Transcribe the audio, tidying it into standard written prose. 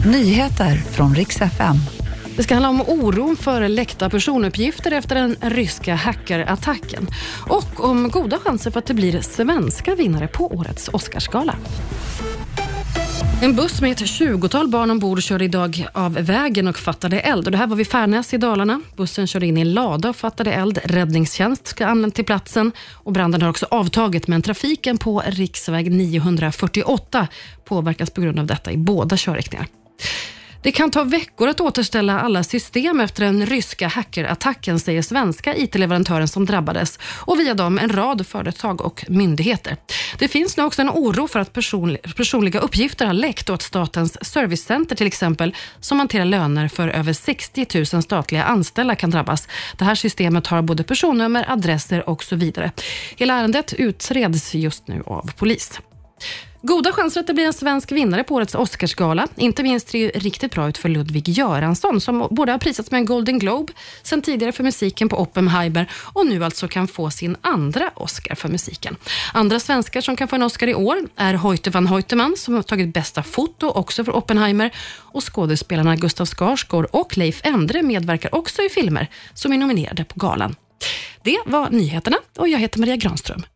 Nyheter från Rix FM. Det ska handla om oron för läckta personuppgifter efter den ryska hackerattacken och om goda chanser för att det blir svenska vinnare på årets Oscarsgala. En buss med ett 20-tal barn ombord körde idag av vägen och fattade eld. Och det här var vid Färnäs i Dalarna. Bussen körde in i en lada och fattade eld. Räddningstjänst ska anlända till platsen. Och branden har också avtagit, men trafiken på riksväg 948 påverkas på grund av detta i båda körriktningar. Det kan ta veckor att återställa alla system efter den ryska hackerattacken, säger svenska IT-leverantören som drabbades, och via dem en rad företag och myndigheter. Det finns nu också en oro för att personliga uppgifter har läckt åt Statens servicecenter till exempel, som hanterar löner för över 60 000 statliga anställda kan drabbas. Det här systemet har både personnummer, adresser och så vidare. Hela ärendet utreds just nu av polis. Goda chanser att det blir en svensk vinnare på årets Oscarsgala. Inte minst är det riktigt bra ut för Ludvig Göransson, som både har prisats med en Golden Globe, sen tidigare för musiken på Oppenheimer, och nu alltså kan få sin andra Oscar för musiken. Andra svenskar som kan få en Oscar i år är Hoyte van Hoytema, som har tagit bästa foto också för Oppenheimer, och skådespelarna Gustav Skarsgård och Leif Endre medverkar också i filmer som är nominerade på galan. Det var nyheterna, och jag heter Maria Granström.